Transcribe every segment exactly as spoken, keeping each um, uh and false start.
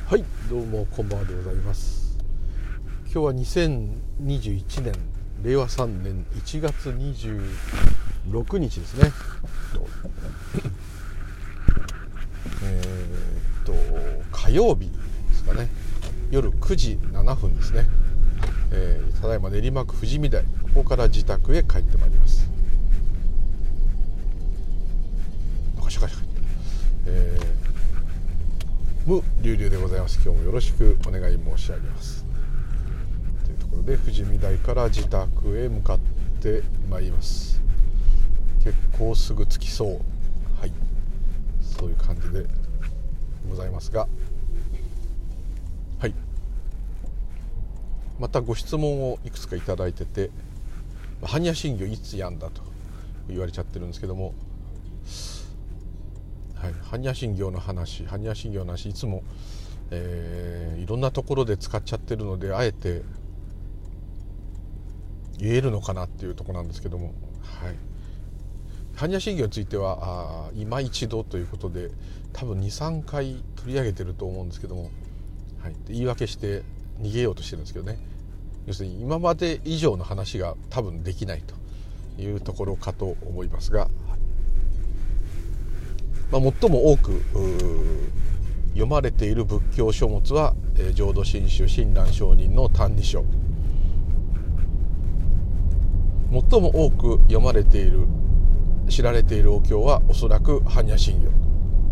はい、どうもこんばんはでございます。今日はにせんにじゅういちねんれいわさんねんいちがつにじゅうろくにちですね。えー、っと火曜日ですかね、夜くじななふんですね。えー、ただいま練馬区富士見台、ここから自宅へ帰ってまいります。シャカシャカ、えー無流々でございます。今日もよろしくお願い申し上げます。というところで富士見台から自宅へ向かってまいります。結構すぐ着きそう、はい、そういう感じでございますが、はい、またご質問をいくつかいただいてて、般若心経いつやんだと言われちゃってるんですけども、はい、般若心経の話般若心経の話いつも、えー、いろんなところで使っちゃってるので、あえて言えるのかなっていうところなんですけども、はい、般若心経についてはあ今一度ということで多分 にさんかい取り上げてると思うんですけども、はい、言い訳して逃げようとしてるんですけどね。要するに今まで以上の話が多分できないというところかと思いますが、まあ、最も多く読まれている仏教書物は、えー、浄土真宗親鸞上人の歎異抄。最も多く読まれている知られているお経はおそらく般若心経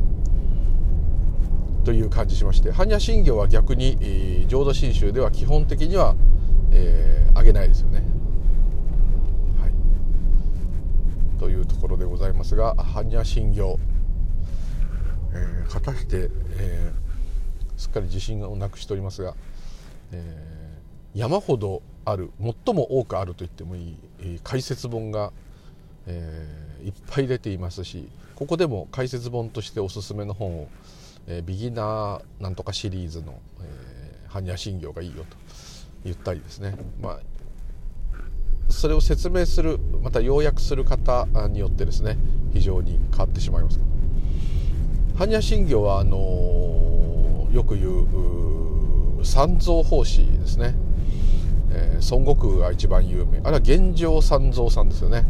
という感じしまして、般若心経は逆に、えー、浄土真宗では基本的には、えー、挙げないですよね。はい、というところでございますが、般若心経、えー、果たして、えー、すっかり自信をなくしておりますが、えー、山ほどある、最も多くあると言ってもいい、えー、解説本が、えー、いっぱい出ていますし、ここでも解説本としておすすめの本を、えー、ビギナーなんとかシリーズの、えー、般若心経がいいよと言ったりですね、まあ、それを説明する、また要約する方によってですね、非常に変わってしまいます。般若心経はあのー、よく言う三蔵法師ですね、えー、孫悟空が一番有名、あれは玄奘三蔵さんですよね。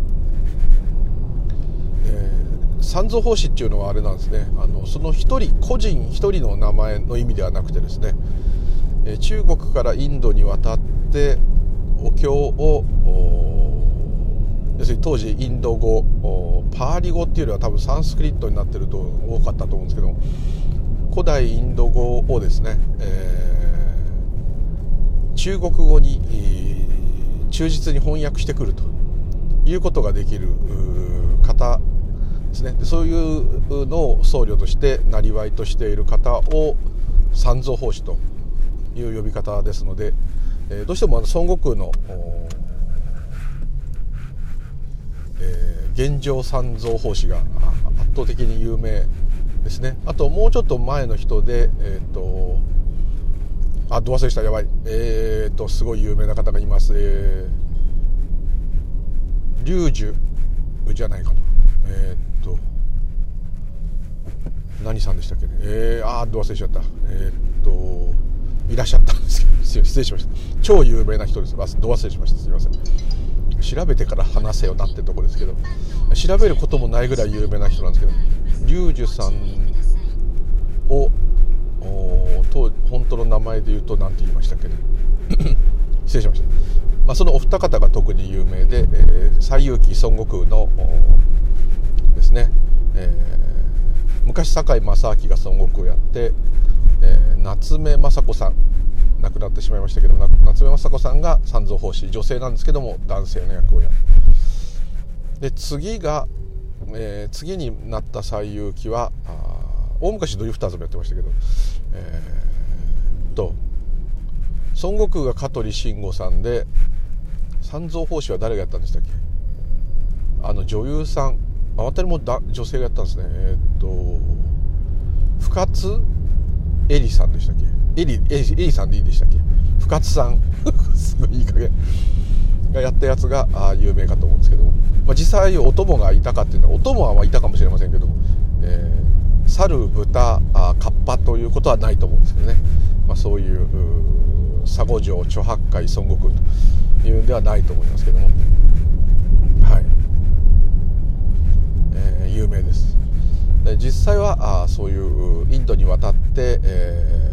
えー、三蔵法師っていうのはあれなんですね、あのその一人個人一人の名前の意味ではなくてですね、えー、中国からインドに渡ってお経を要するに当時インド語、パーリ語っていうよりは多分サンスクリットになってると多かったと思うんですけども、古代インド語をですね、えー、中国語に、えー、忠実に翻訳してくるということができる方ですね。でそういうのを僧侶としてなりわいとしている方を三蔵法師という呼び方ですので、えー、どうしてもあの孫悟空のえー、玄奘三蔵法師が圧倒的に有名ですね。あともうちょっと前の人で、えっ、ー、とあど忘れした、やばい、えっ、ー、とすごい有名な方がいます。えー、龍樹じゃないかな、えっ、ー、と何さんでしたっけね、えー、あど忘れしちゃった、えっ、ー、といらっしゃったんですけど、失礼しました。超有名な人です。ど忘れしました、すみません。調べてから話せよなってとこですけど、調べることもないぐらい有名な人なんですけど、龍樹さんをと本当の名前で言うと何て言いましたっけね失礼しました。まあ、そのお二方が特に有名で、えー、西遊記孫悟空のですね、えー、昔堺正明が孫悟空をやって、えー、夏目雅子さん亡くなってしまいましたけど、夏目雅子さんが三蔵法師、女性なんですけども男性の役をやる。で次が、えー、次になった西遊記は大昔ドリフターズもやってましたけど、えー、と孫悟空が香取慎吾さんで、三蔵法師は誰がやったんでしたっけ、あの女優さん、あ渡りもだ女性がやったんですね。えー、っと深津絵里さんでしたっけ、エリエリエリさんでいいでしたっけ、深津さんすごいいい加減がやったやつがあ有名かと思うんですけども、まあ、実際お供がいたかっていうのは、お供はまあいたかもしれませんけども、えー、 猿、豚、あカッパということはないと思うんですけどね、まあ、そういう佐護城、猪八戒、孫悟空というんではないと思いますけども、はい、えー、有名です。で実際はあそういうインドに渡って、え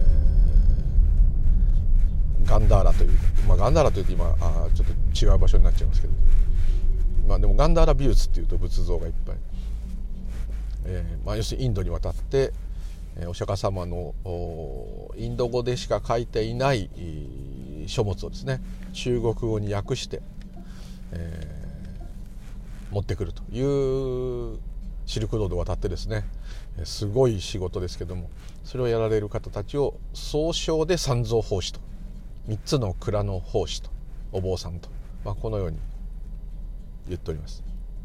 ー、ガンダーラという、まあ、ガンダーラというと今あちょっと違う場所になっちゃいますけど、まあ、でもガンダーラ美術っていうと仏像がいっぱい、えーまあ、要するにインドに渡って、えー、お釈迦様のインド語でしか書いていない書物をですね中国語に訳して、えー、持ってくるというシルクロードを渡ってですね、すごい仕事ですけども、それをやられる方たちを総称で三蔵法師と、みっつの蔵の法師とお坊さんと、まあ、このように言っております。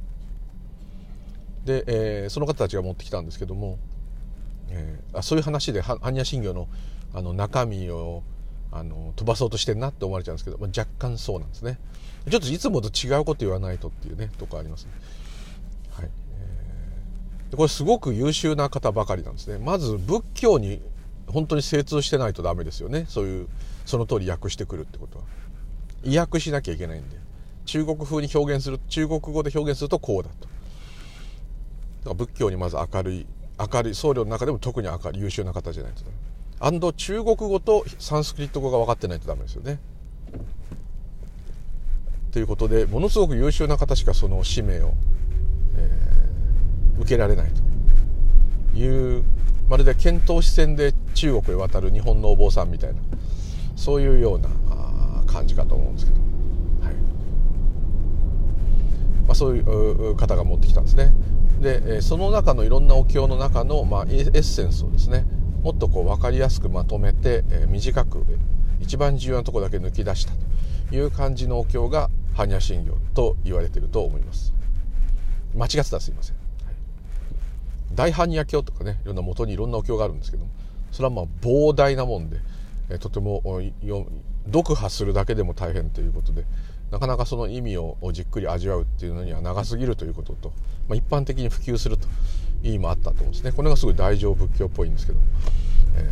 で、えー、その方たちが持ってきたんですけども、えー、あそういう話で般若心経のあの中身をあの飛ばそうとしてんなって思われちゃうんですけど、まあ、若干そうなんですね。ちょっといつもと違うこと言わないとっていうねとこありますね。はい、えー、でこれすごく優秀な方ばかりなんですね。まず仏教に本当に精通してないとダメですよね。そういうその通り訳してくるってことは意訳しなきゃいけないんで、中国風に表現する、中国語で表現するとこうだと。だから仏教にまず明るい明るい僧侶の中でも特に明るい優秀な方じゃないとダメ。アンド中国語とサンスクリット語が分かってないとダメですよね。ということでものすごく優秀な方しかその使命を、えー、受けられないという、まるで遣唐使船で中国へ渡る日本のお坊さんみたいな、そういうような感じかと思うんですけど、はい、まあ、そういう方が持ってきたんですね。でその中のいろんなお経の中の、まあ、エッセンスをですねもっとこう分かりやすくまとめて、えー、短く一番重要なところだけ抜き出したという感じのお経が般若心経と言われていると思います。間違ってたらすいません、はい、大般若経とかねいろんな元にいろんなお経があるんですけども、それはまあ膨大なもんで、えー、とても読破するだけでも大変ということで、なかなかその意味をじっくり味わうっていうのには長すぎるということと、まあ、一般的に普及するという意味もあったと思うんですね。これがすごい大乗仏教っぽいんですけど、え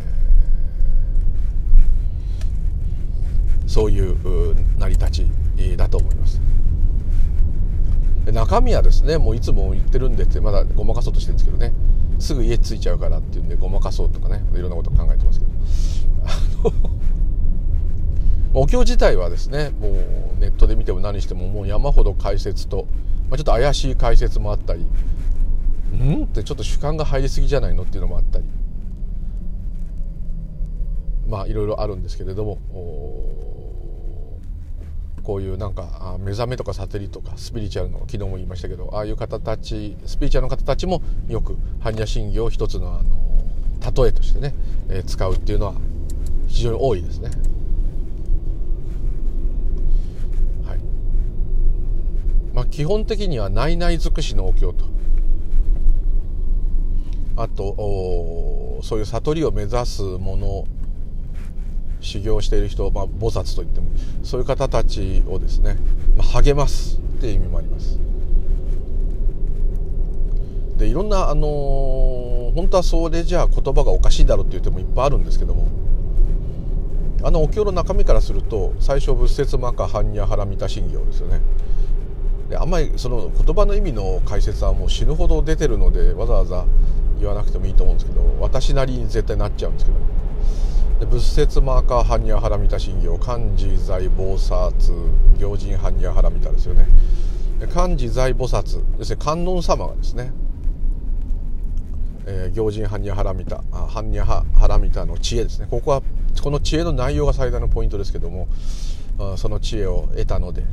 ー、そういう成り立ちだと思います。で中身はですねもういつも言ってるんでってまだごまかそうとしてるんですけどね、すぐ家着いちゃうからっていうんでごまかそうとかねいろんなことを考えてますけど、あのお経自体はですねもうネットで見ても何してももう山ほど解説と、まあ、ちょっと怪しい解説もあったり、んってちょっと主観が入りすぎじゃないのっていうのもあったり、まあいろいろあるんですけれども、こういうなんか目覚めとかサテリとかスピリチュアルの昨日も言いましたけど、ああいう方たちスピリチュアルの方たちもよく般若心経を一つのあの例えとしてね、えー、使うっていうのは非常に多いですね。まあ、基本的には内々尽くしのお経と、あとそういう悟りを目指すもの、修行している人、まあ、菩薩といってもそういう方たちをですね、まあ、励ますっていう意味もあります。でいろんなあのー、本当はそれじゃあ言葉がおかしいだろうっていう手もいっぱいあるんですけども、あのお経の中身からすると最初仏説摩訶般若波羅蜜多心経ですよね。であんまりその言葉の意味の解説はもう死ぬほど出てるのでわざわざ言わなくてもいいと思うんですけど、私なりに絶対なっちゃうんですけど、で仏説摩訶般若波羅蜜多心経、観自在菩薩行人般若波羅蜜多ですよね。で観自在菩薩要するに観音様がですね、えー、行人般若波羅蜜多般若波羅蜜多の知恵ですね。ここはこの知恵の内容が最大のポイントですけども、その知恵を得たので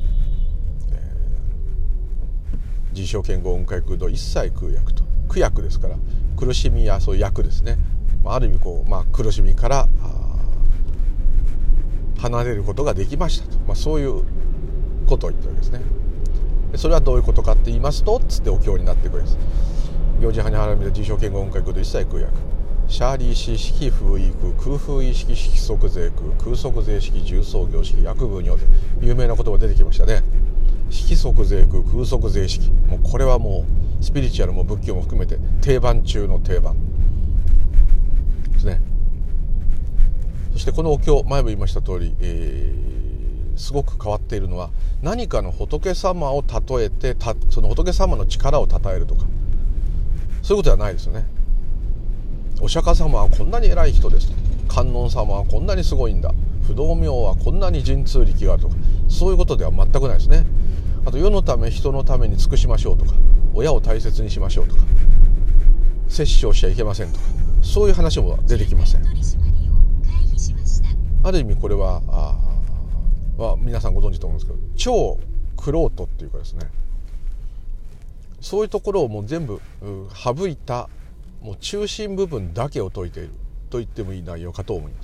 自称剣豪雲海空洞一切空薬と、苦薬ですから苦しみやそういう薬ですね、ある意味こう、まあ、苦しみから離れることができましたと、まあ、そういうことを言ってるわけですね。でそれはどういうことかって言いますとつってお経になってくるんです。行人般若波羅蜜多自称剣豪雲海空洞一切空薬シャーリーシ式風意空空風意識色即税空空即税式重創業式薬部によって有名な言葉出てきましたね。色即税空空即税式、もうこれはもスピリチュアルも仏教も含めて定番中の定番ですね。そしてこのお経、前も言いました通り、えー、すごく変わっているのは、何かの仏様を例えてたその仏様の力を称えるとか、そういうことではないですよね。お釈迦様はこんなに偉い人ですと、観音様はこんなにすごいんだ、不動明はこんなに神通力があるとか、そういうことでは全くないですね。あと世のため人のために尽くしましょうとか、親を大切にしましょうとか、殺生しちゃいけませんとか、そういう話も出てきません。ある意味これはあ、まあ、皆さんご存知と思うんですけど、超玄人っていうかですね、そういうところをもう全部省いた、もう中心部分だけを説いていると言ってもいい内容かと思います。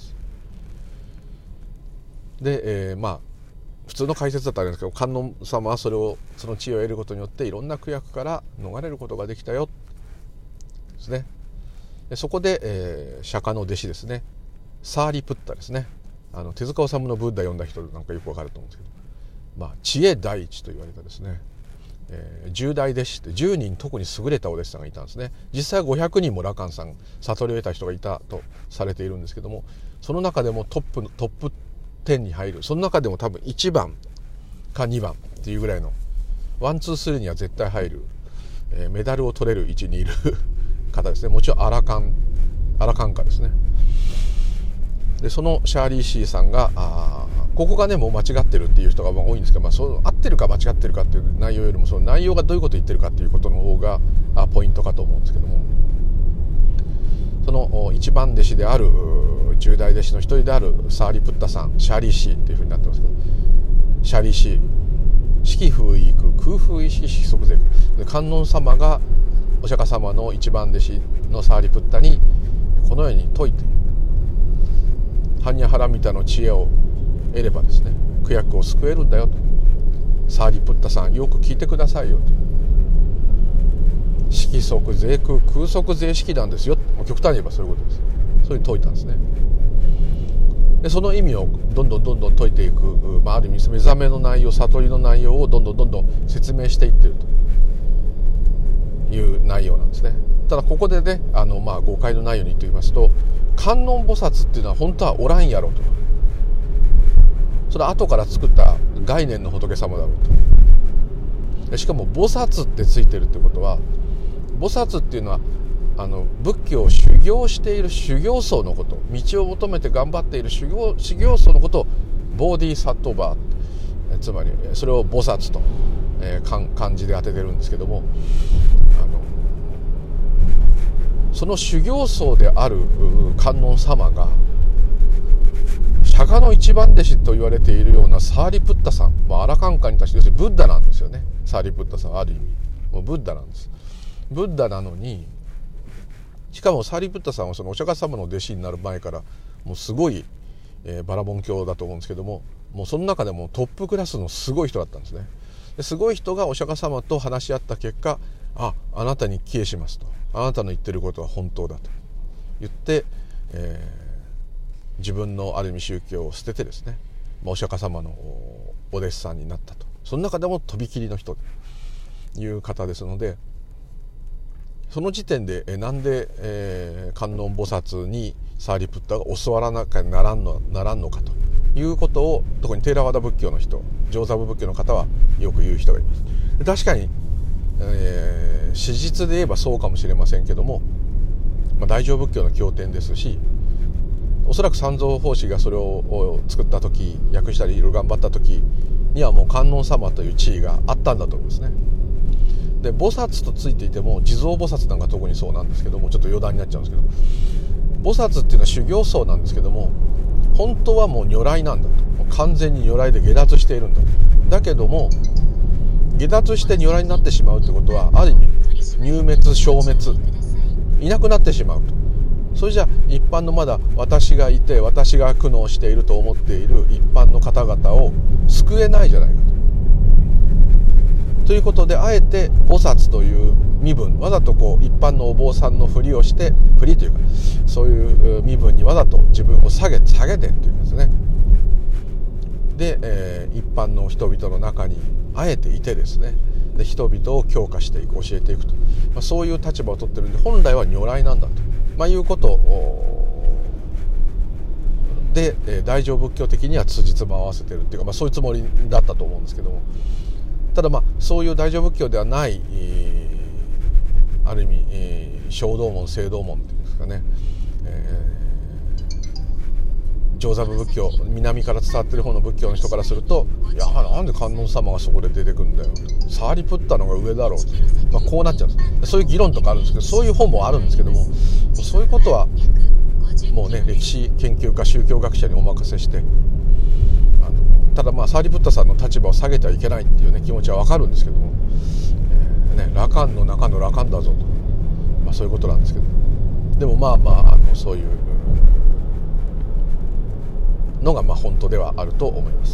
で、えー、まあ普通の解説だったらあれですけど、観音様はそれをその知恵を得ることによっていろんな苦役から逃れることができたよですね。でそこで、えー、釈迦の弟子ですね、サーリプッタですね、あの手塚治虫のブッダ読んだ人なんかよくわかると思うんですけど、まあ、知恵第一と言われたですね、えー、十大弟子ってじゅうにん特に優れたお弟子さんがいたんですね。実際はごひゃくにんも羅漢さん、悟りを得た人がいたとされているんですけども、その中でもトップのトップじゅうに入る、その中でも多分いちばんかにばんっていうぐらいのワンツースリーには絶対入る、えー、メダルを取れる位置にいる方ですね。もちろんアラカンアラカンカですね。でそのシャーリー・シーさんがあここがねもう間違ってるっていう人がまあ多いんですけど、まあ、その合ってるか間違ってるかっていう内容よりも、その内容がどういうことを言ってるかっていうことの方があポイントかと思うんですけども、その一番弟子である十大弟子の一人であるサーリプッタさん、シャーリー・シーっていうふうになってますけど、シャーリー・シー、色風意空空風意識色即税空、観音様がお釈迦様の一番弟子のサーリプッタにこのように説いて、ハンニャハラミタの知恵を得ればですね、苦役を救えるんだよと、サーリプッタさんよく聞いてくださいよと、色即税空、空即税式なんですよ、極端に言えばそういうことです。そういう説いたんですね。でその意味をどんどんどんどん説いていく、まあ、ある意味目覚めの内容、悟りの内容をどんどんどんどん説明していっているという内容なんですね。ただここでね、あの、まあ、誤解のないように言っておきますと、観音菩薩っていうのは本当はおらんやろと、それは後から作った概念の仏様だろうと。しかも菩薩ってついてるってことは、菩薩っていうのはあの仏教を修行している修行僧のこと、道を求めて頑張っている修行、修行僧のことをボーディーサットバー、つまりそれを菩薩と、えー、漢字で当ててるんですけども、あのその修行僧である観音様が釈迦の一番弟子と言われているようなサーリプッタさん、まあ、アラカンカに対して要するにブッダなんですよね。サーリプッタさんはある意味もうブッダなんです。ブッダなのに、しかもサーリプッタさんはそのお釈迦様の弟子になる前からもうすごい、えー、バラモン教だと思うんですけども、もうその中でもトップクラスのすごい人だったんですね。ですごい人がお釈迦様と話し合った結果、あ、あなたに帰依しますと、あなたの言ってることは本当だと言って、えー、自分のある意味宗教を捨ててですね、お釈迦様のお弟子さんになったと。その中でもとびきりの人という方ですので、その時点でえなんで、えー、観音菩薩にサーリプッタが教わらなきゃならんのならんのかということを、特にテーラワダ仏教の人、上座部仏教の方はよく言う人がいます。確かに、えー、史実で言えばそうかもしれませんけども、まあ、大乗仏教の経典ですし、おそらく三蔵法師がそれを作った時、訳したりいろいろ頑張った時にはもう観音様という地位があったんだと思いますね。で菩薩とついていても、地蔵菩薩なんか特にそうなんですけども、ちょっと余談になっちゃうんですけど、菩薩っていうのは修行僧なんですけども、本当はもう如来なんだと、完全に如来で下脱しているんだと。だけども下脱して如来になってしまうってことは、ある意味入滅消滅、いなくなってしまうと。それじゃ一般のまだ私がいて私が苦悩していると思っている一般の方々を救えないじゃないかと。ということで、あえて菩薩という身分、わざとこう一般のお坊さんのふりをして、ふりというかそういう身分にわざと自分を下げ下げてっていうんですね。で、えー、一般の人々の中にあえていてですね、 で人々を強化していく、教えていくと、まあ、そういう立場を取ってるんで、本来は如来なんだと、まあ、いうことで、えー、大乗仏教的には辻褄を合わせてるっていうか、まあ、そういうつもりだったと思うんですけども、ただまあそういう大乗仏教ではない、えー、ある意味、えー、小道門聖道門っていうんですかね、えー上座部仏教、南から伝わってる方の仏教の人からすると、いやなんで観音様がそこで出てくるんだよ、サーリプッタのが上だろう、まあ、こうなっちゃうんです。そういう議論とかあるんですけど、そういう本もあるんですけども、そういうことはもうね、歴史研究家、宗教学者にお任せして、あのただまあサーリプッタさんの立場を下げてはいけないっていうね気持ちはわかるんですけども、えーね、羅漢の中の羅漢だぞと、まあ、そういうことなんですけど、でもまあまあ、あのそういうのがまあ本当ではあると思います。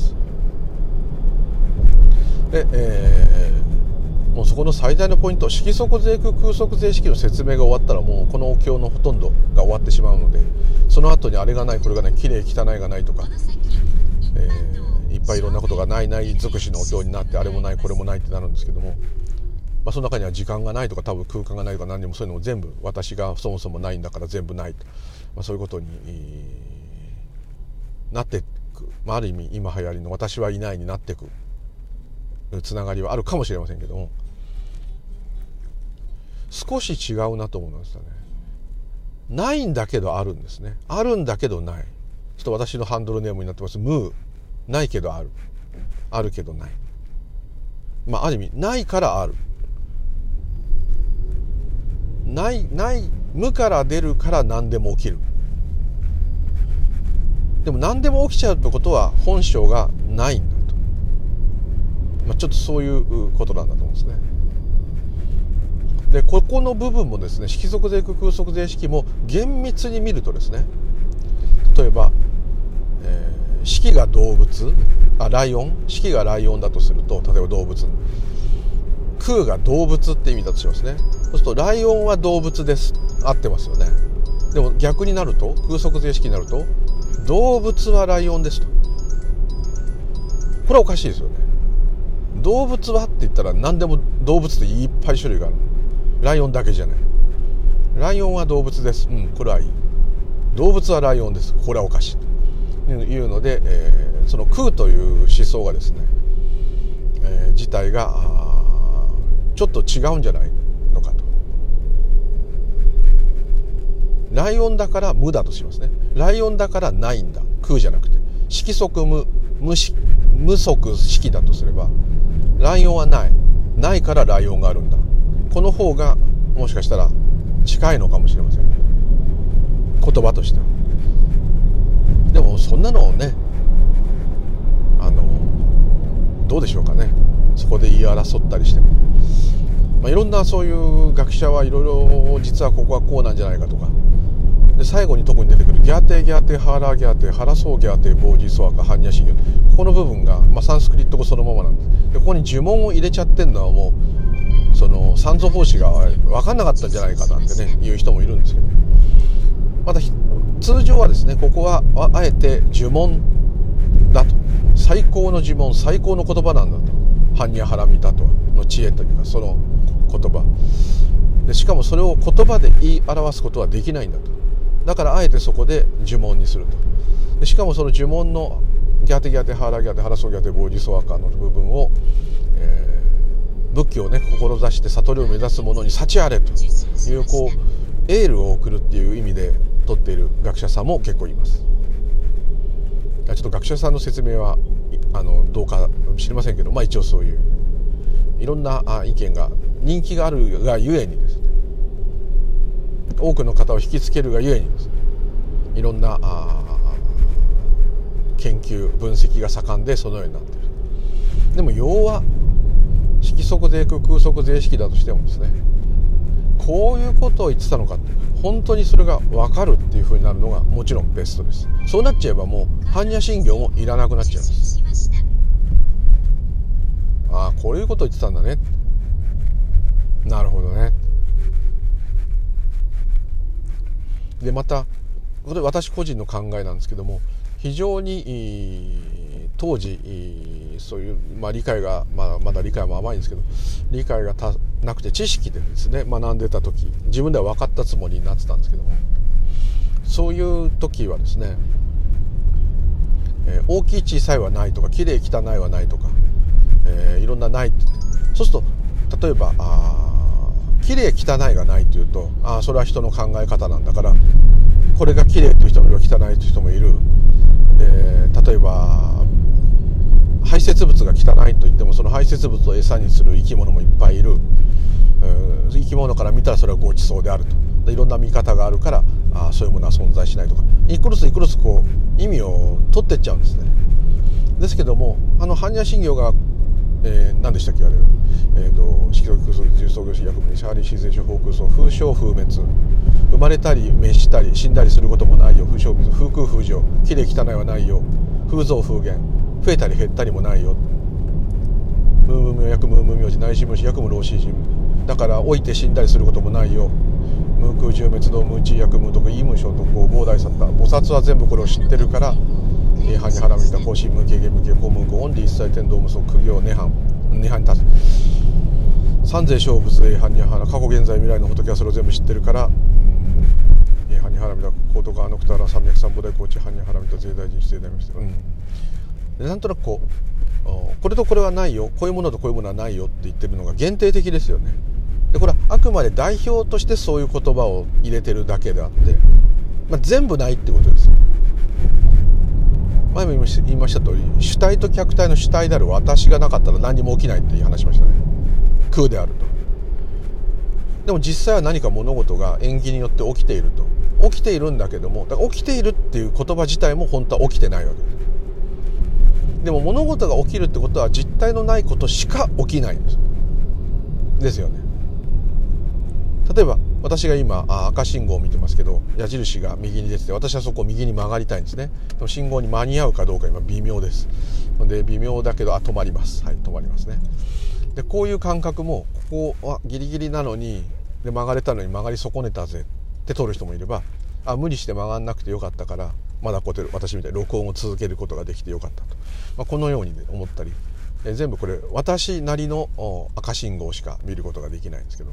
で、えー、もうそこの最大のポイント、色即税空空即税式の説明が終わったら、もうこのお経のほとんどが終わってしまうので、その後にあれがないこれがない、きれい汚いがないとか、えー、いっぱいいろんなことがないない尽くしのお経になって、あれもないこれもないってなるんですけども、まあ、その中には時間がないとか多分空間がないとか何でもそういうのも全部私がそもそもないんだから全部ないと、まあ、そういうことになっていく、まあ、ある意味今流行りの私はいないになっていくつながりはあるかもしれませんけども、少し違うなと思いましたね。ないんだけどあるんですね。あるんだけどない。ちょっと私のハンドルネームになってますムー。ないけどある、あるけどない。まあある意味ないからある、ないない無から出るから何でも起きる。でも何でも起きちゃうってことは本性がないんだと、まあ、ちょっとそういうことなんだと思うんですね。でここの部分もですね、色即税空空即税式も厳密に見るとですね、例えば、えー、式が動物、あライオン、式がライオンだとすると、例えば動物、空が動物って意味だとしますね。そうするとライオンは動物です、合ってますよね。でも逆になると、空即税式になると動物はライオンですと、これはおかしいですよね。動物はって言ったら何でも動物っていっぱい種類がある、ライオンだけじゃない。ライオンは動物です、うん、これはいい。動物はライオンです、これはおかしいというので、えー、その空という思想がですね、えー、自体がちょっと違うんじゃないのかと。ライオンだから無だとしますね。ライオンだからないんだ、空じゃなくて、色即無、無色、無即色だとすれば、ライオンはない、ないからライオンがあるんだ、この方がもしかしたら近いのかもしれません、言葉としては。でもそんなのをね、あのどうでしょうかね、そこで言い争ったりしても、まあ、いろんなそういう学者はいろいろ実はここはこうなんじゃないかとかで、最後に特に出てくるギャーテーギャーテーハーラーギャーテーハラソーギャーテーボージソワカ般若心経、ここの部分が、まあ、サンスクリット語そのままなんです。でここに呪文を入れちゃってるのはもうその三蔵法師が分かんなかったんじゃないかなんてね言う人もいるんですけど、また通常はですね、ここはあえて呪文だと、最高の呪文、最高の言葉なんだと、般若波羅蜜多との知恵というかその言葉で、しかもそれを言葉で言い表すことはできないんだと、だからあえてそこで呪文にすると。でしかもその呪文のギャーテギャーテハーラギャーテハラソギャーテボージソワカの部分を、えー、仏教をね志して悟りを目指す者に幸あれというこうエールを送るっていう意味で取っている学者さんも結構います。ちょっと学者さんの説明はあのどうか知りませんけど、まあ一応そういういろんな意見が人気があるがゆえにですね、多くの方を引きつけるがゆえにですね、いろんな研究分析が盛んでそのようになっている。でも要は色即税空空即税式だとしてもですね、こういうことを言ってたのかって本当にそれが分かるっていうふうになるのがもちろんベストです。そうなっちゃえばもう般若心経もいらなくなっちゃいます。ああこういうこと言ってたんだね、なるほどね。でまたこれ私個人の考えなんですけども、非常に当時そういう、まあ、理解が、まあ、まだ理解も甘いんですけど、理解がたなくて知識でですね学んでた時、自分では分かったつもりになってたんですけども、そういう時はですね、えー、大きい小さいはないとか、綺麗汚いはないとか、えー、いろんなないって、そうすると例えばあ綺麗汚いがないというと、あそれは人の考え方なんだから、これが綺麗という人もいる、汚いという人もいる。で例えば排泄物が汚いと言っても、その排泄物を餌にする生き物もいっぱいいる。生き物から見たらそれはごちそうであると。でいろんな見方があるから、あそういうものは存在しないとか、いくるついくるつこう意味を取ってっちゃうんですね。ですけども、あの般若心経が、えー、何でしたっけあれ、えーと色空空想重創業式薬務にシャーリー自然諸法空想、風生風滅、生まれたり滅したり死んだりすることもないよ、風生風風空風上、きれい汚いはないよ、風増風減、増えたり減ったりもないよ、ムームー薬ムームー名字内心無視薬無老死人、だから老いて死んだりすることもないよ、無空十滅道無知薬無徳異無所得膨大さった、菩薩は全部これを知ってるから、涅槃に腹見た更新無形限無形公無公オンリー一切天道無双苦行涅槃涅槃に立つ三世小仏涅槃に腹、過去現在未来の仏はそれを全部知ってるから、涅槃に腹見た高徳アノクタラ三脈三菩提高知般に腹見た税大臣指定大名して、うんでなんとなくこうこれとこれはないよ、こういうものとこういうものはないよって言ってるのが限定的ですよね。でこれはあくまで代表としてそういう言葉を入れてるだけであって、まあ、全部ないってことです。前も言いました通り、主体と客体の主体である私がなかったら何も起きないっていう話しましたね。空であると。でも実際は何か物事が縁起によって起きていると。起きているんだけども、だから起きているっていう言葉自体も本当は起きてないわけです。でも物事が起きるってことは実体のないことしか起きないんです。ですよね。例えば私が今赤信号を見てますけど、矢印が右に出てて、私はそこを右に曲がりたいんですね。でも信号に間に合うかどうか今微妙です。で微妙だけど、あ止まります。はい、止まりますね。でこういう感覚も、ここはギリギリなのにで曲がれたのに曲がり損ねたぜって取る人もいれば、あ無理して曲がんなくてよかったからまだこうやって私みたいに録音を続けることができてよかったと、まあ、このように、ね、思ったり、え全部これ私なりの赤信号しか見ることができないんですけども、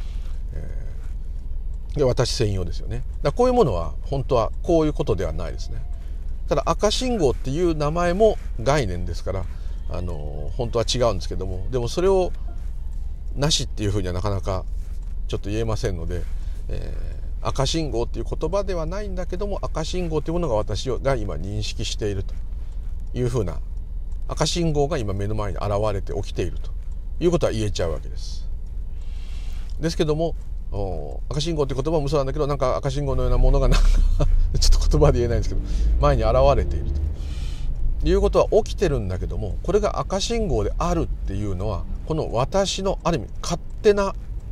えー、で私専用ですよね。だこういうものは本当はこういうことではないですね。ただ赤信号っていう名前も概念ですから、あの本当は違うんですけども、でもそれをなしっていうふうにはなかなかちょっと言えませんので、えー、赤信号っていう言葉ではないんだけども、赤信号というものが私が今認識しているというふうな、赤信号が今目の前に現れて起きているということは言えちゃうわけです。ですけども赤信号という言葉もそうなんだけど、なんか赤信号のようなものがなんかちょっと言葉で言えないんですけど前に現れているということは起きてるんだけども、これが赤信号であるっていうのはこの私のある意味勝手な、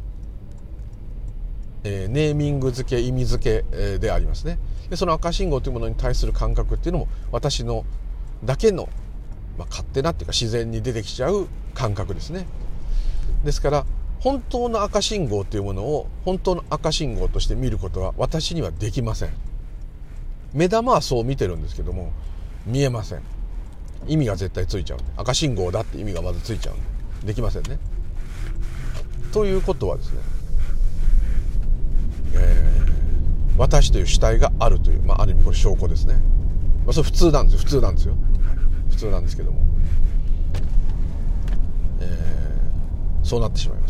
えー、ネーミング付け意味付け、えー、でありますね。でその赤信号というものに対する感覚っていうのも私のだけの、まあ、勝手なっていうか自然に出てきちゃう感覚ですね。ですから本当の赤信号というものを本当の赤信号として見ることは私にはできません。目玉はそう見てるんですけども見えません。意味が絶対ついちゃうんで、赤信号だって意味がまずついちゃうんでできませんね。ということはですね、えー、私という主体があるという、まあ、ある意味これ証拠ですね。まあ、それ普通なんですよ普通なんですよ普通なんですけども、えー、そうなってしまいます。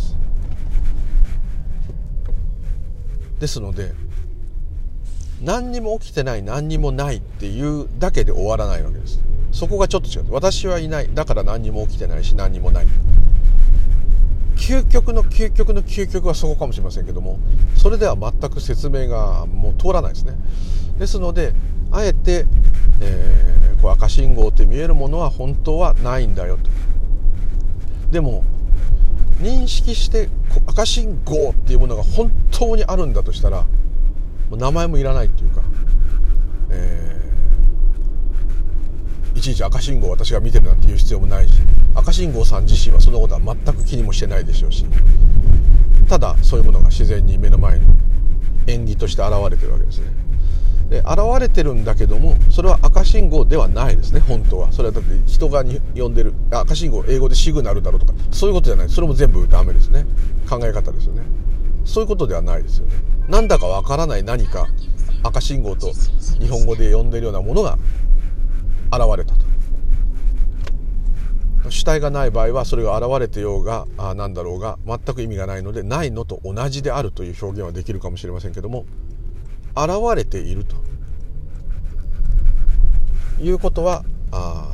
ですので何にも起きてない何にもないっていうだけで終わらないわけです。そこがちょっと違う。私はいないだから何にも起きてないし何にもない、究極の究極の究極はそこかもしれませんけども、それでは全く説明がもう通らないですね。ですのであえて、えー、こう赤信号って見えるものは本当はないんだよと。でも認識して赤信号っていうものが本当にあるんだとしたらもう名前もいらないっていうか、えー、いちいち赤信号を私が見てるなんて言う必要もないし、赤信号さん自身はそのことは全く気にもしてないでしょうし、ただそういうものが自然に目の前に縁起として現れてるわけですね。 で現れてるんだけども、それは赤信号ではないですね。本当はそれはだって人がに呼んでる赤信号、英語でシグナルだろうとかそういうことじゃない。それも全部ダメですね。考え方ですよね。そういうことではないですよね。なんだかわからない何か赤信号と日本語で呼んでるようなものが現れたと。主体がない場合はそれが現れてようがあなんだろうが全く意味がないので、ないのと同じであるという表現はできるかもしれませんけども、現れているということは あ,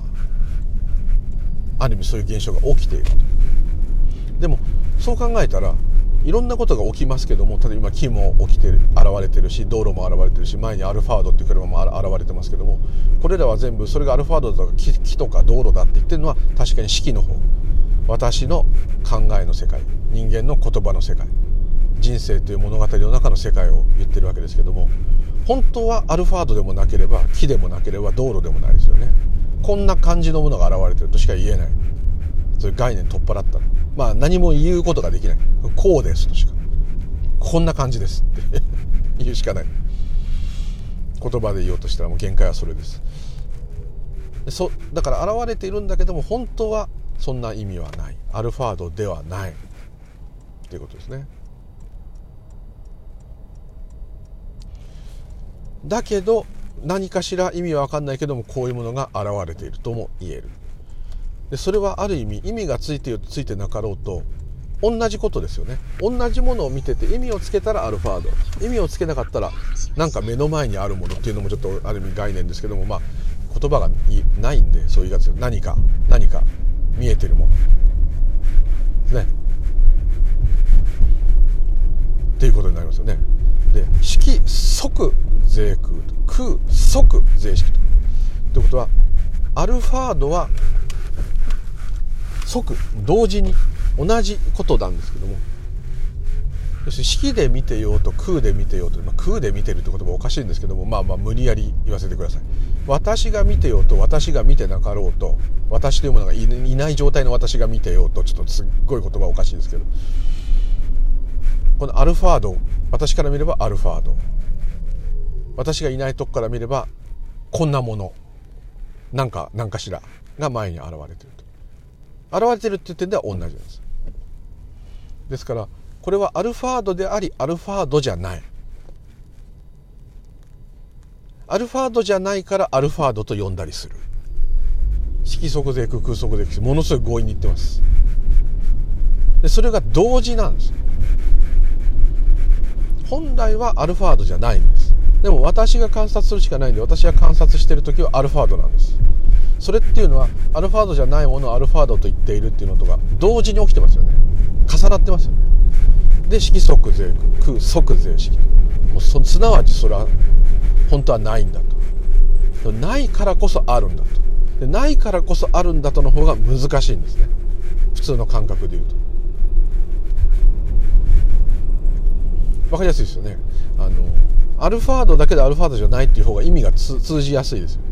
ある意味そういう現象が起きていると。でもそう考えたらいろんなことが起きますけども、例えば今木も起きてる現れてるし、道路も現れてるし、前にアルファードっていう車も現れてますけども、これらは全部それがアルファードとか 木, 木とか道路だって言ってるのは確かに式の方、私の考えの世界、人間の言葉の世界、人生という物語の中の世界を言ってるわけですけども、本当はアルファードでもなければ木でもなければ道路でもないですよね。こんな感じのものが現れてるとしか言えない。そういう概念取っ払ったらまあ何も言うことができない。こうですとしか、こんな感じですって言うしかない。言葉で言おうとしたらもう限界はそれです。そだから現れているんだけども、本当はそんな意味はない。アルファードではないということですね。だけど何かしら意味は分かんないけども、こういうものが現れているとも言える。でそれはある意味意味がついているついてなかろうと同じことですよね。同じものを見てて意味をつけたらアルファード、意味をつけなかったらなんか目の前にあるものっていうのもちょっとある意味概念ですけども、まあ言葉がないんでそういうやつ、何か何か見えてるものですねっていうことになりますよね。で式即税空、空即税式とということは、アルファードは即同時に同じことなんですけども、要するに式で見てようと空で見てようと、まあ、空で見てるって言葉はおかしいんですけども、まあまあ無理やり言わせてください。私が見てようと私が見てなかろうと、私というものが い, いない状態の私が見てようと、ちょっとすっごい言葉はおかしいですけど、このアルファード、私から見ればアルファード、私がいないとこから見ればこんなもの、なんか何かしらが前に現れていると。現れているっていう点では同じなんです。ですからこれはアルファードでありアルファードじゃない。アルファードじゃないからアルファードと呼んだりする。式即税空、空即税空、ものすごい強引に言ってます。でそれが同時なんです。本来はアルファードじゃないんです。でも私が観察するしかないんで、私が観察している時はアルファードなんです。それっていうのはアルファードじゃないものをアルファードと言っているっていうのとか同時に起きてますよね。重なってますよね。で式即税空、空即税式、もうそすなわちそれは本当はないんだと。ないからこそあるんだと。でないからこそあるんだとの方が難しいんですね、普通の感覚で言うと。わかりやすいですよね。あのアルファードだけでアルファードじゃないっていう方が意味がつ通じやすいですよ。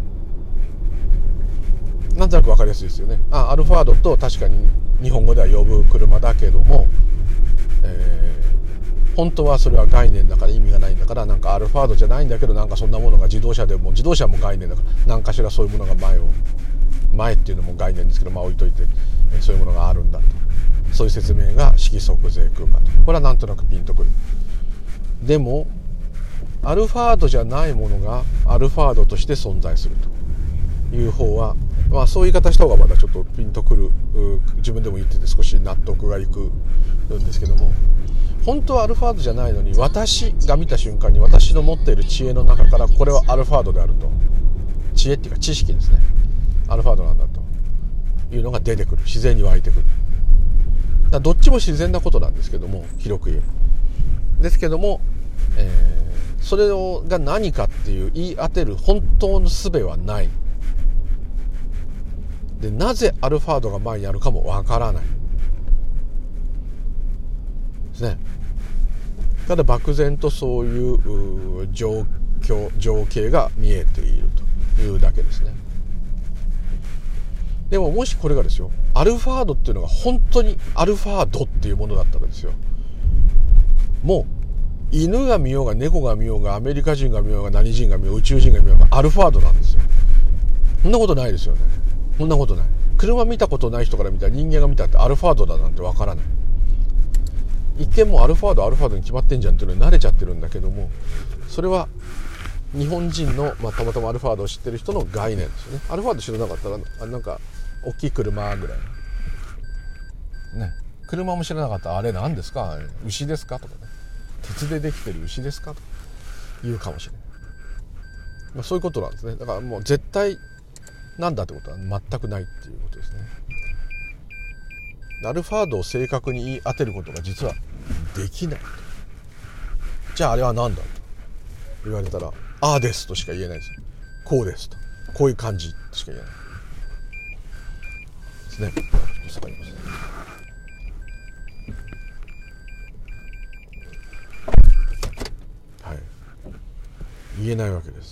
なんとなくわかりやすいですよね。あ、アルファードと確かに日本語では呼ぶ車だけども、えー、本当はそれは概念だから意味がないんだから、なんかアルファードじゃないんだけど、なんかそんなものが自動車でも、自動車も概念だから何かしらそういうものが前を前っていうのも概念ですけど、まあ置いといて、えー、そういうものがあるんだと、そういう説明が式即税空かと。これはなんとなくピンとくる。でもアルファードじゃないものがアルファードとして存在するという方は、まあそういう言い方した方がまだちょっとピンとくる、自分でも言ってて少し納得がいくんですけども、本当はアルファードじゃないのに、私が見た瞬間に私の持っている知恵の中からこれはアルファードであると、知恵っていうか知識ですね、アルファードなんだというのが出てくる、自然に湧いてくる。だからどっちも自然なことなんですけども、広く言えばですけども、えー、それが何かっていう言い当てる本当の術はない。でなぜアルファードが前にあるかもわからないですね。ただ漠然とそういう状況情景が見えているというだけですね。でももしこれがですよ、アルファードっていうのが本当にアルファードっていうものだったらですよ、もう犬が見ようが猫が見ようがアメリカ人が見ようが何人が見ようが宇宙人が見ようがアルファードなんですよ。そんなことないですよね。そんなことない。車見たことない人から見たら人間が見たってアルファードだなんてわからない。一見もうアルファードアルファードに決まってんじゃんっていうのに慣れちゃってるんだけども、それは日本人の、まあ、たまたまアルファードを知ってる人の概念ですよね。アルファード知らなかったらあなんか大きい車ぐらいね、車も知らなかったらあれ何ですか牛ですかとかね、鉄でできてる牛ですかとか言うかもしれない、まあ、そういうことなんですね。だからもう絶対なんだってことは全くないっていうことですね。アルファードを正確に言い当てることが実はできない。じゃああれは何だと言われたらああですとしか言えないです。こうですと、こういう感じとしか言えないですね。わかります。はい、言えないわけです。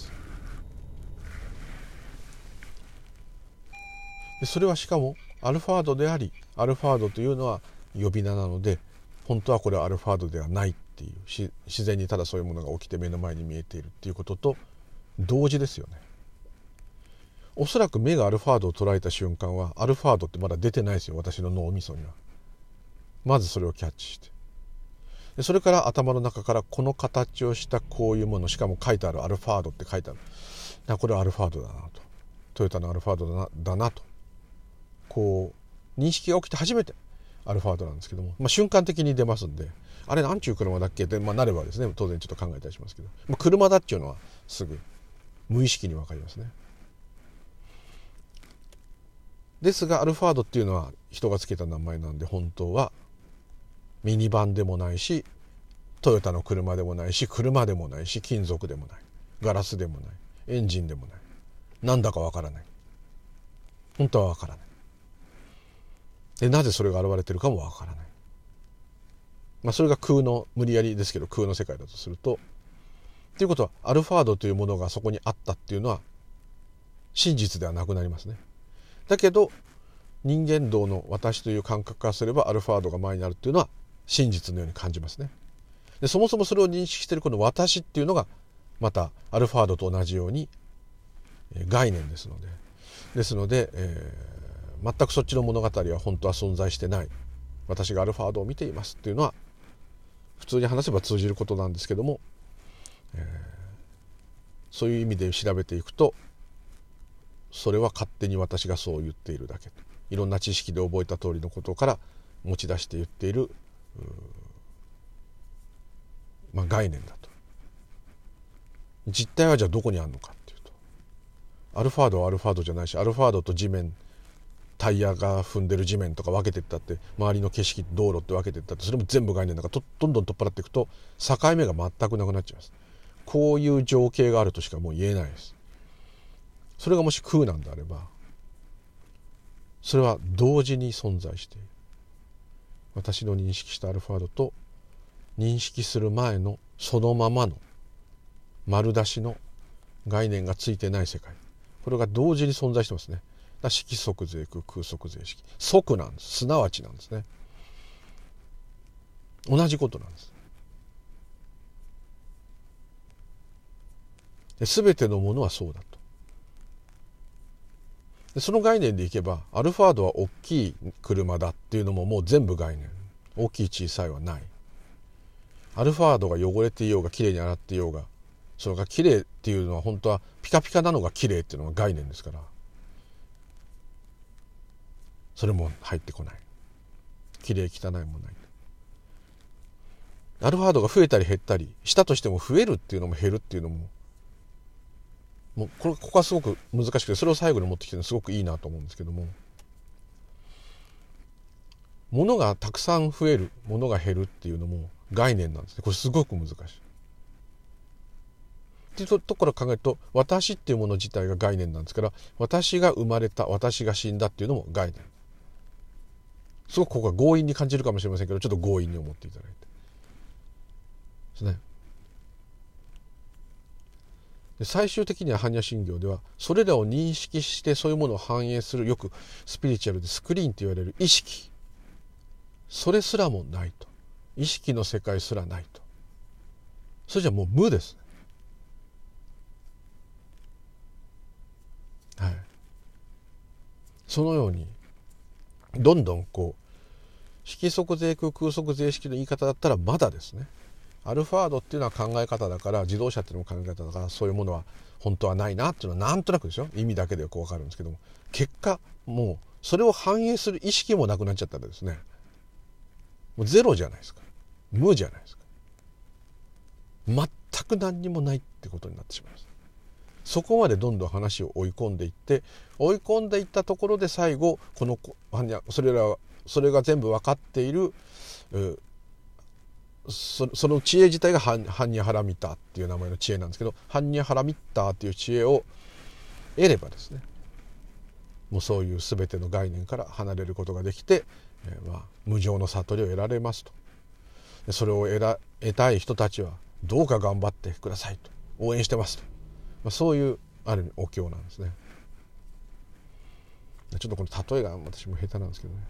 でそれはしかもアルファードであり、アルファードというのは呼び名なので、本当はこれはアルファードではないっていうし、自然にただそういうものが起きて目の前に見えているっていうことと同時ですよね。おそらく目がアルファードを捉えた瞬間はアルファードってまだ出てないですよ、私の脳みそには。まずそれをキャッチして、でそれから頭の中からこの形をしたこういうもの、しかも書いてあるアルファードって書いてある、だこれはアルファードだなと、トヨタのアルファードだな、だなとこう認識が起きて初めてアルファードなんですけども、まあ、瞬間的に出ますんで、あれなんちゅう車だっけって、まあ、なればですね、当然ちょっと考えたりしますけど、まあ、車だっちゅうのはすぐ無意識に分かりますね。ですがアルファードっていうのは人がつけた名前なんで、本当はミニバンでもないし、トヨタの車でもないし、車でもないし、金属でもない、ガラスでもない、エンジンでもない、なんだかわからない、本当はわからない。でなぜそれが現れてるかもわからない。まあそれが空の、無理やりですけど空の世界だとすると、ということはアルファードというものがそこにあったっていうのは真実ではなくなりますね。だけど人間道の私という感覚からすればアルファードが前にあるっていうのは真実のように感じますね。でそもそもそれを認識しているこの私っていうのがまたアルファードと同じように概念ですのでですので、えー、全くそっちの物語は本当は存在してない、私がアルファードを見ていますっていうのは普通に話せば通じることなんですけども、えー、そういう意味で調べていくと、それは勝手に私がそう言っているだけと、いろんな知識で覚えた通りのことから持ち出して言っている、まあ、概念だと。実態はじゃあどこにあるのかっていうと、アルファードはアルファードじゃないし、アルファードと地面、タイヤが踏んでる地面とか分けていったって、周りの景色道路って分けていったって、それも全部概念だからとどんどん取っ払っていくと境目が全くなくなっちゃいます。こういう情景があるとしかもう言えないです。それがもし空なんであれば、それは同時に存在している。私の認識したアルファードと認識する前のそのままの丸出しの概念がついてない世界、これが同時に存在してますね。だ色即是空、空即是色、即なんです、すなわちなんですね。同じことなんです。すべてのものはそうだと。でその概念でいけばアルファードは大きい車だっていうのももう全部概念、大きい小さいはない。アルファードが汚れていようがきれいに洗っていようが、それがきれいっていうのは本当はピカピカなのがきれいっていうのが概念ですから、それも入ってこない。きれい汚いもない。アルファードが増えたり減ったりしたとしても、増えるっていうのも減るっていうのも、もうこれここはすごく難しくて、それを最後に持ってきてるのすごくいいなと思うんですけども、物がたくさん増える、物が減るっていうのも概念なんですね。これすごく難しい。っていうところから考えると、私っていうもの自体が概念なんですから、私が生まれた、私が死んだっていうのも概念。すごくここが強引に感じるかもしれませんけど、ちょっと強引に思っていただいてですね。で最終的には般若心経では、それらを認識してそういうものを反映する、よくスピリチュアルでスクリーンと言われる意識、それすらもないと。意識の世界すらないと。 それじゃもう無です。はい、そのようにどんどんこう色即是空空即是色の言い方だったらまだですね、アルファードっていうのは考え方だから、自動車っていうのも考え方だから、そういうものは本当はないなっていうのはなんとなくですよ、意味だけでこう分かるんですけども、結果もうそれを反映する意識もなくなっちゃったらですね、もうゼロじゃないですか、無じゃないですか、全く何にもないってことになってしまいます。そこまでどんどん話を追い込んでいって、追い込んでいったところで最後このそれらそれが全部分かっているそ, その知恵自体がハンニャハラミッターっていう名前の知恵なんですけど、ハンニャハラミッターっていう知恵を得ればですね、もうそういう全ての概念から離れることができて、えー、まあ無常の悟りを得られますと。でそれを得ら得たい人たちはどうか頑張ってくださいと、応援してますと、まあ、そういうある意味お経なんですね。ちょっとこの例えが私も下手なんですけどね。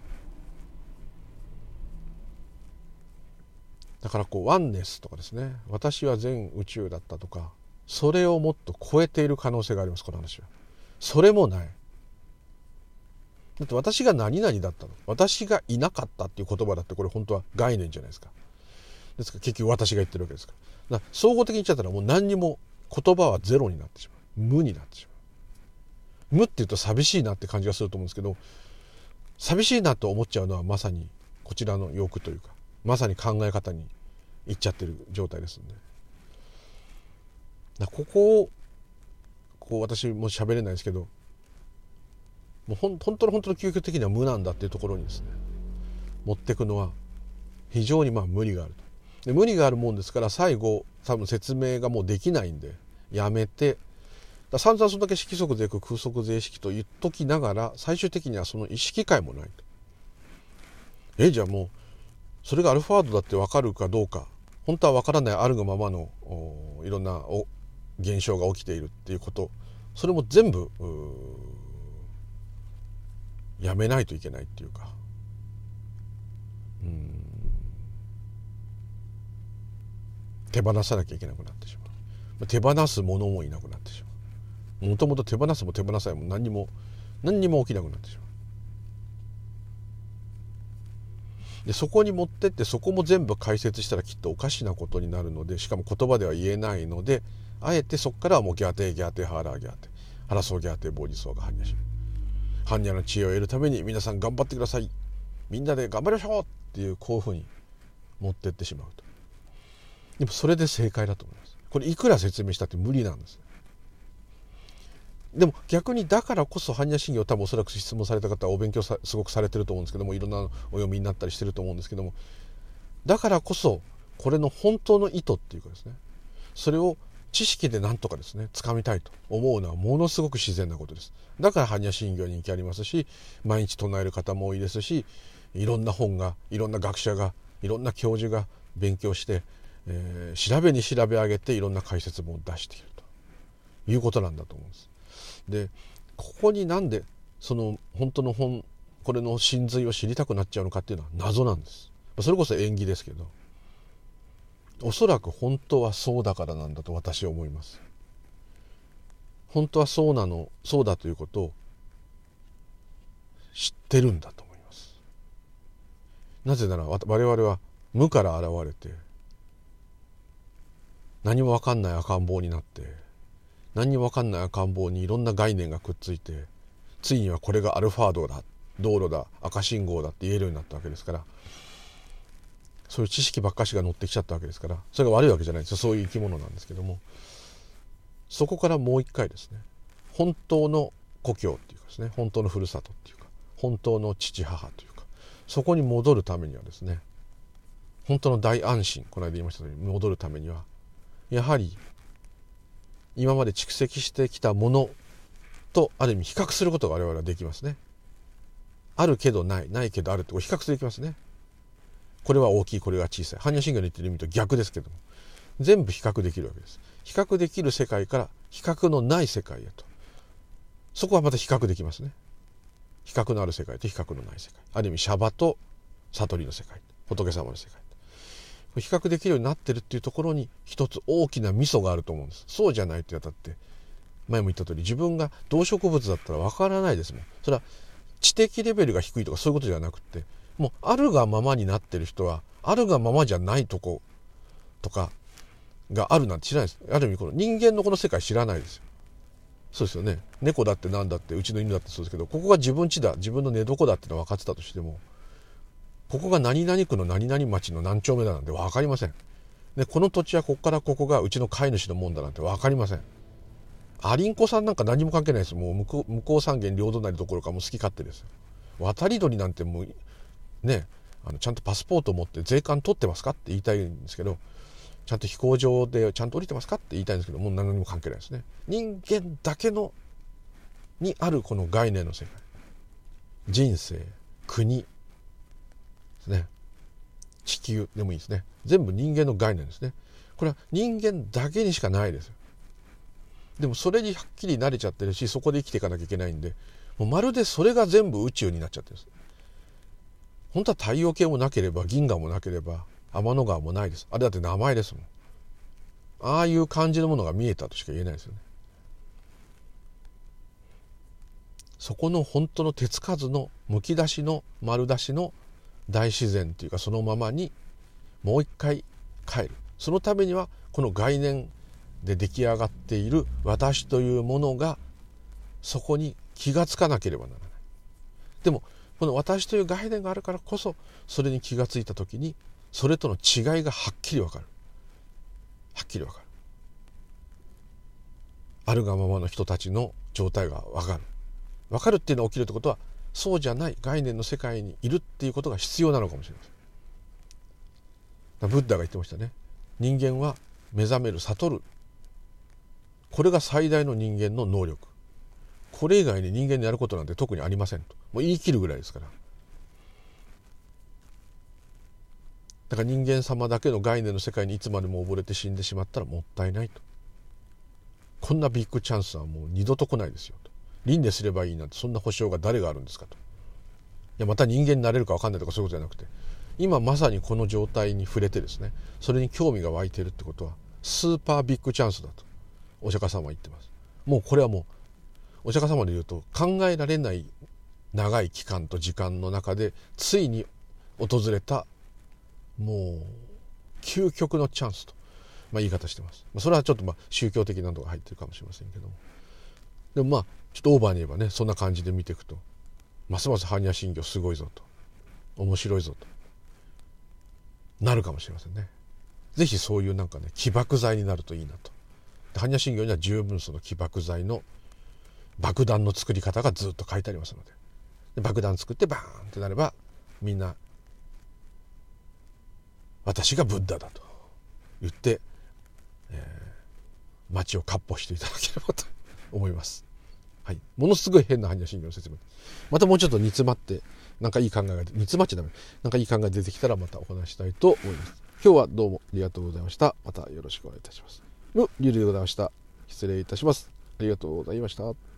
だからこうワンネスとかですね、私は全宇宙だったとか、それをもっと超えている可能性があります。この話はそれもない。だって私が何々だったの、私がいなかったっていう言葉だって、これ本当は概念じゃないですか。ですから結局私が言ってるわけですから、だから総合的に言っちゃったらもう何にも言葉はゼロになってしまう、無になってしまう。無っていうと寂しいなって感じがすると思うんですけど、寂しいなと思っちゃうのはまさにこちらの欲というか、まさに考え方にいっちゃってる状態ですんで、だここをこう私も喋れないですけど、もうほん本当の本当の究極的には無なんだっていうところにですね持っていくのは非常にまあ無理があると。で無理があるもんですから、最後多分説明がもうできないんでやめて、だ散々それだけ色即是空空即是色と言っときながら、最終的にはその意識界もないと。えじゃあもうそれがアルファードだって分かるかどうか、本当は分からないあるがままのいろんな現象が起きているっていうこと、それも全部やめないといけないっていうか、うーん手放さなきゃいけなくなってしまう。手放すものもいなくなってしまう。もともと手放すも手放さないも何にも何にも起きなくなってしまう。でそこに持ってって、そこも全部解説したらきっとおかしなことになるので、しかも言葉では言えないので、あえてそこからはもうギャテギャテハラギャテハラソギャテボリソが般若心般若の知恵を得るために皆さん頑張ってください、みんなで頑張りましょうっていう、こういうふうに持ってってしまうと。でもそれで正解だと思います。これいくら説明したって無理なんです。でも逆にだからこそ般若心経、多分おそらく質問された方はお勉強さすごくされてると思うんですけども、いろんなお読みになったりしてると思うんですけども、だからこそこれの本当の意図っていうかですね、それを知識で何とかですね掴みたいと思うのはものすごく自然なことです。だから般若心経に人気ありますし、毎日唱える方も多いですし、いろんな本が、いろんな学者が、いろんな教授が勉強して、えー、調べに調べ上げていろんな解説も出しているということなんだと思うんです。でここになんでその本当の本これの真髄を知りたくなっちゃうのかっていうのは謎なんです。それこそ縁起ですけど、おそらく本当はそうだからなんだと私は思います。本当はそうなの、そうだということを知ってるんだと思います。なぜなら我々は無から現れて、何も分かんない赤ん坊になって、何にも分かんない赤ん坊にいろんな概念がくっついて、ついにはこれがアルファードだ、道路だ、赤信号だって言えるようになったわけですから、そういう知識ばっかしが乗ってきちゃったわけですから、それが悪いわけじゃないですよ、そういう生き物なんですけども、そこからもう一回ですね、本当の故郷っていうかですね、本当のふるさとっていうか、本当の父母というか、そこに戻るためにはですね、本当の大安心、この間言いましたように戻るためには、やはり今まで蓄積してきたものとある意味比較することが我々はできますね。あるけどない、ないけどあるって比較できますね。これは大きい、これは小さい。般若心経の言ってる意味と逆ですけども、全部比較できるわけです。比較できる世界から比較のない世界へと、そこはまた比較できますね。比較のある世界と比較のない世界、ある意味シャバと悟りの世界、仏様の世界、 比較できるようになってるっていうところに一つ大きなミソがあると思うんです。そうじゃないとやったって前も言った通り自分が動植物だったらわからないですもん。それは知的レベルが低いとかそういうことじゃなくて、もうあるがままになってる人はあるがままじゃないとことかがあるなんて知らないです。ある意味この人間のこの世界知らないですよ。そうですよね。猫だってなんだってうちの犬だってそうですけど、ここが自分家だ自分の寝床だってのは分かってたとしても、ここが何々区の何々町の何丁目だなんて分かりません。でこの土地はここからここがうちの飼い主のもんだなんて分かりません。アリンコさんなんか何も関係ないです。もう向こう、向こう三軒両隣どころかもう好き勝手ですよ。渡り鳥なんてもうね、あのちゃんとパスポートを持って税関取ってますかって言いたいんですけど、ちゃんと飛行場でちゃんと降りてますかって言いたいんですけど、もう何にも関係ないですね。人間だけのにあるこの概念の世界、人生、国ですね、地球でもいいですね。全部人間の概念ですね。これは人間だけにしかないですよ。でもそれにはっきり慣れちゃってるし、そこで生きていかなきゃいけないんで、もうまるでそれが全部宇宙になっちゃってるんです。本当は太陽系もなければ銀河もなければ天の川もないです。あれだって名前ですもん。ああいう感じのものが見えたとしか言えないですよね。そこの本当の手つかずのむき出しの丸出しの大自然というか、そのままにもう一回帰る。そのためにはこの概念で出来上がっている私というものがそこに気がつかなければならない。でもこの私という概念があるからこそ、それに気がついた時にそれとの違いがはっきりわかる。はっきりわかる。あるがままの人たちの状態がわかる。わかるっていうのが起きるってことは、そうじゃない概念の世界にいるっていうことが必要なのかもしれません。ブッダが言ってましたね。人間は目覚める、悟る、これが最大の人間の能力。これ以外に人間にやることなんて特にありませんと、もう言い切るぐらいですから。だから人間様だけの概念の世界にいつまでも溺れて死んでしまったらもったいないと。こんなビッグチャンスはもう二度と来ないですよと。輪廻すればいいなんてそんな保証が誰があるんですかと。いやまた人間になれるか分かんないとかそういうことじゃなくて、今まさにこの状態に触れてですね、それに興味が湧いているってことはスーパービッグチャンスだとお釈迦様は言ってます。もうこれはもうお釈迦様で言うと考えられない長い期間と時間の中でついに訪れたもう究極のチャンスと、まあ、言い方してます。それはちょっとまあ宗教的なのが入ってるかもしれませんけども、でもまあちょっとオーバーに言えばね、そんな感じで見ていくとますます般若心経すごいぞと、面白いぞとなるかもしれませんね。ぜひそういうなんかね起爆剤になるといいなと。般若心経には十分その起爆剤の爆弾の作り方がずっと書いてありますので、で爆弾作ってバーンってなればみんな私がブッダだと言って、えー、街を割歩していただければと思います。はい、ものすごい変な般若心経の説明、またもうちょっと煮詰まってなんかいい考えが煮詰まっちゃダメ、なんかいい考えが出てきたらまたお話したいと思います。今日はどうもありがとうございました。またよろしくお願いいたします。リュウリュウでございました。失礼いたします。ありがとうございました。